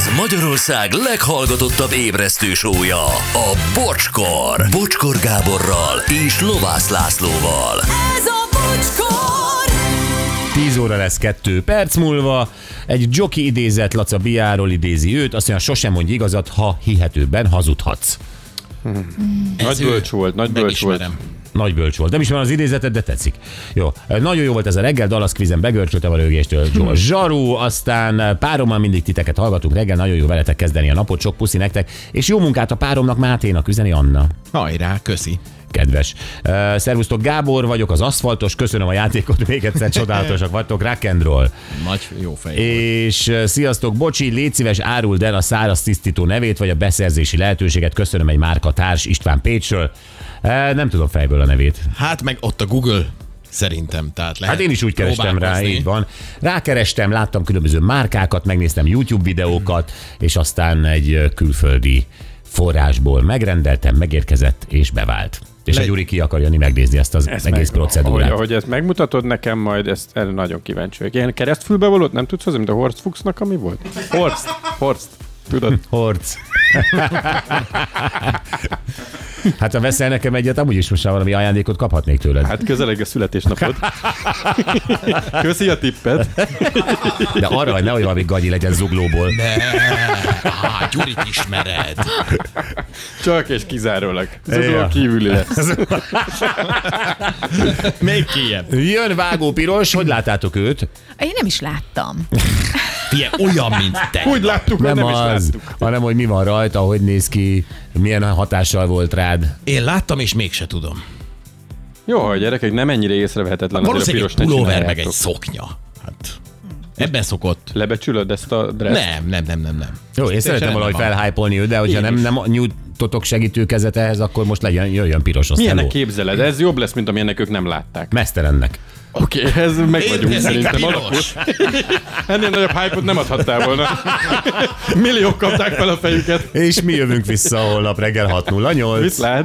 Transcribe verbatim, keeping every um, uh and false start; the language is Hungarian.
Ez Magyarország leghallgatottabb ébresztő sója, a Bocskor. Bocskor Gáborral és Lovász Lászlóval. Ez a Bocskor! tíz óra lesz kettő perc múlva. Egy jockey idézet, Laca Biáról idézi őt, azt mondja, sosem mondj igazat, ha hihetőben hazudhatsz. Hmm. Nagy bölcs volt, nagy bölcs volt. Nagy bölcs volt. Nem is van az idézeted, de tetszik. Jó. Nagyon jó volt ez a reggel, Dallas kvízen begörcsöltem a rögéstől. Hmm. Zsaru, aztán párommal mindig titeket hallgatunk reggel, nagyon jó veletek kezdeni a napot, sok puszi nektek, és jó munkát a páromnak, Máténak, üzeni Anna. Hajrá, köszi. Kedves. Uh, szervusztok, Gábor vagyok, az aszfaltos, köszönöm a játékot, még egyszer csodálatosak vagytok, rock and roll. Nagy jó fej. És uh, sziasztok, bocsi, légy szíves, áruld el a száraz tisztító nevét, vagy a beszerzési lehetőséget, köszönöm egy márka társ István Pécsről. Uh, nem tudom fejből a nevét. Hát meg ott a Google szerintem, tehát lehet. Hát én is úgy kerestem rá, így van. Rákerestem, láttam különböző márkákat, megnéztem YouTube videókat, és aztán egy külföldi forrásból megrendeltem, megérkezett és bevált. És Le... a Gyuri ki akar jönni megnézni ezt az ezt egész meg, procedúrát. Ahogy, ahogy ezt megmutatod nekem, majd ezt erre nagyon kíváncsi vagyok. Ilyen keresztfülbe valót nem tudsz hozni, mint a Horst Fuchsnak, ami volt? Horst, Horst, tudod? Horst. Hát ha veszel nekem egyet, amúgy is most már valami ajándékot kaphatnék tőled. Hát közeleg a születésnapod. Köszi a tippet. De arra, hogy nehogy valami gagyi legyen zuglóból. Ne, á, Gyurit ismered. Csak és kizárólag. Zugló kívüli lesz. Még kijebb. Jön Vágó Piros, hogy láttátok őt? Én nem is láttam. Fie, olyan, mint te. Úgy láttuk, nem, nem az, is láttuk. hanem hogy mi van rajta, hogy néz ki, milyen hatással volt rád. Én láttam, és mégse tudom. Jó, hogy gyerekek, nem ennyire észrevehetetlen azért a piros ne pulóver meg egy csináljátok. szoknya. Hát, ebben szokott. Lebecsülöd ezt a dress? Nem, nem, nem, nem, nem. Jó, én szeretem valahogy felhájpolni őt, de hogyha nem, nem nyújtotok segítőkezet ehhez, akkor most legyen, jöjjön piros. Milyennek képzeled? Ez jobb lesz, mint amilyennek ők nem látták. Mesztelennek. Oké, okay, ez meg vagyunk Érkezik szerintem alakul. Ennél nagyobb hype-ot nem adhattál volna. Milliók kapták fel a fejüket. És mi jövünk vissza holnap reggel hat nulla nyolc. Viszlát.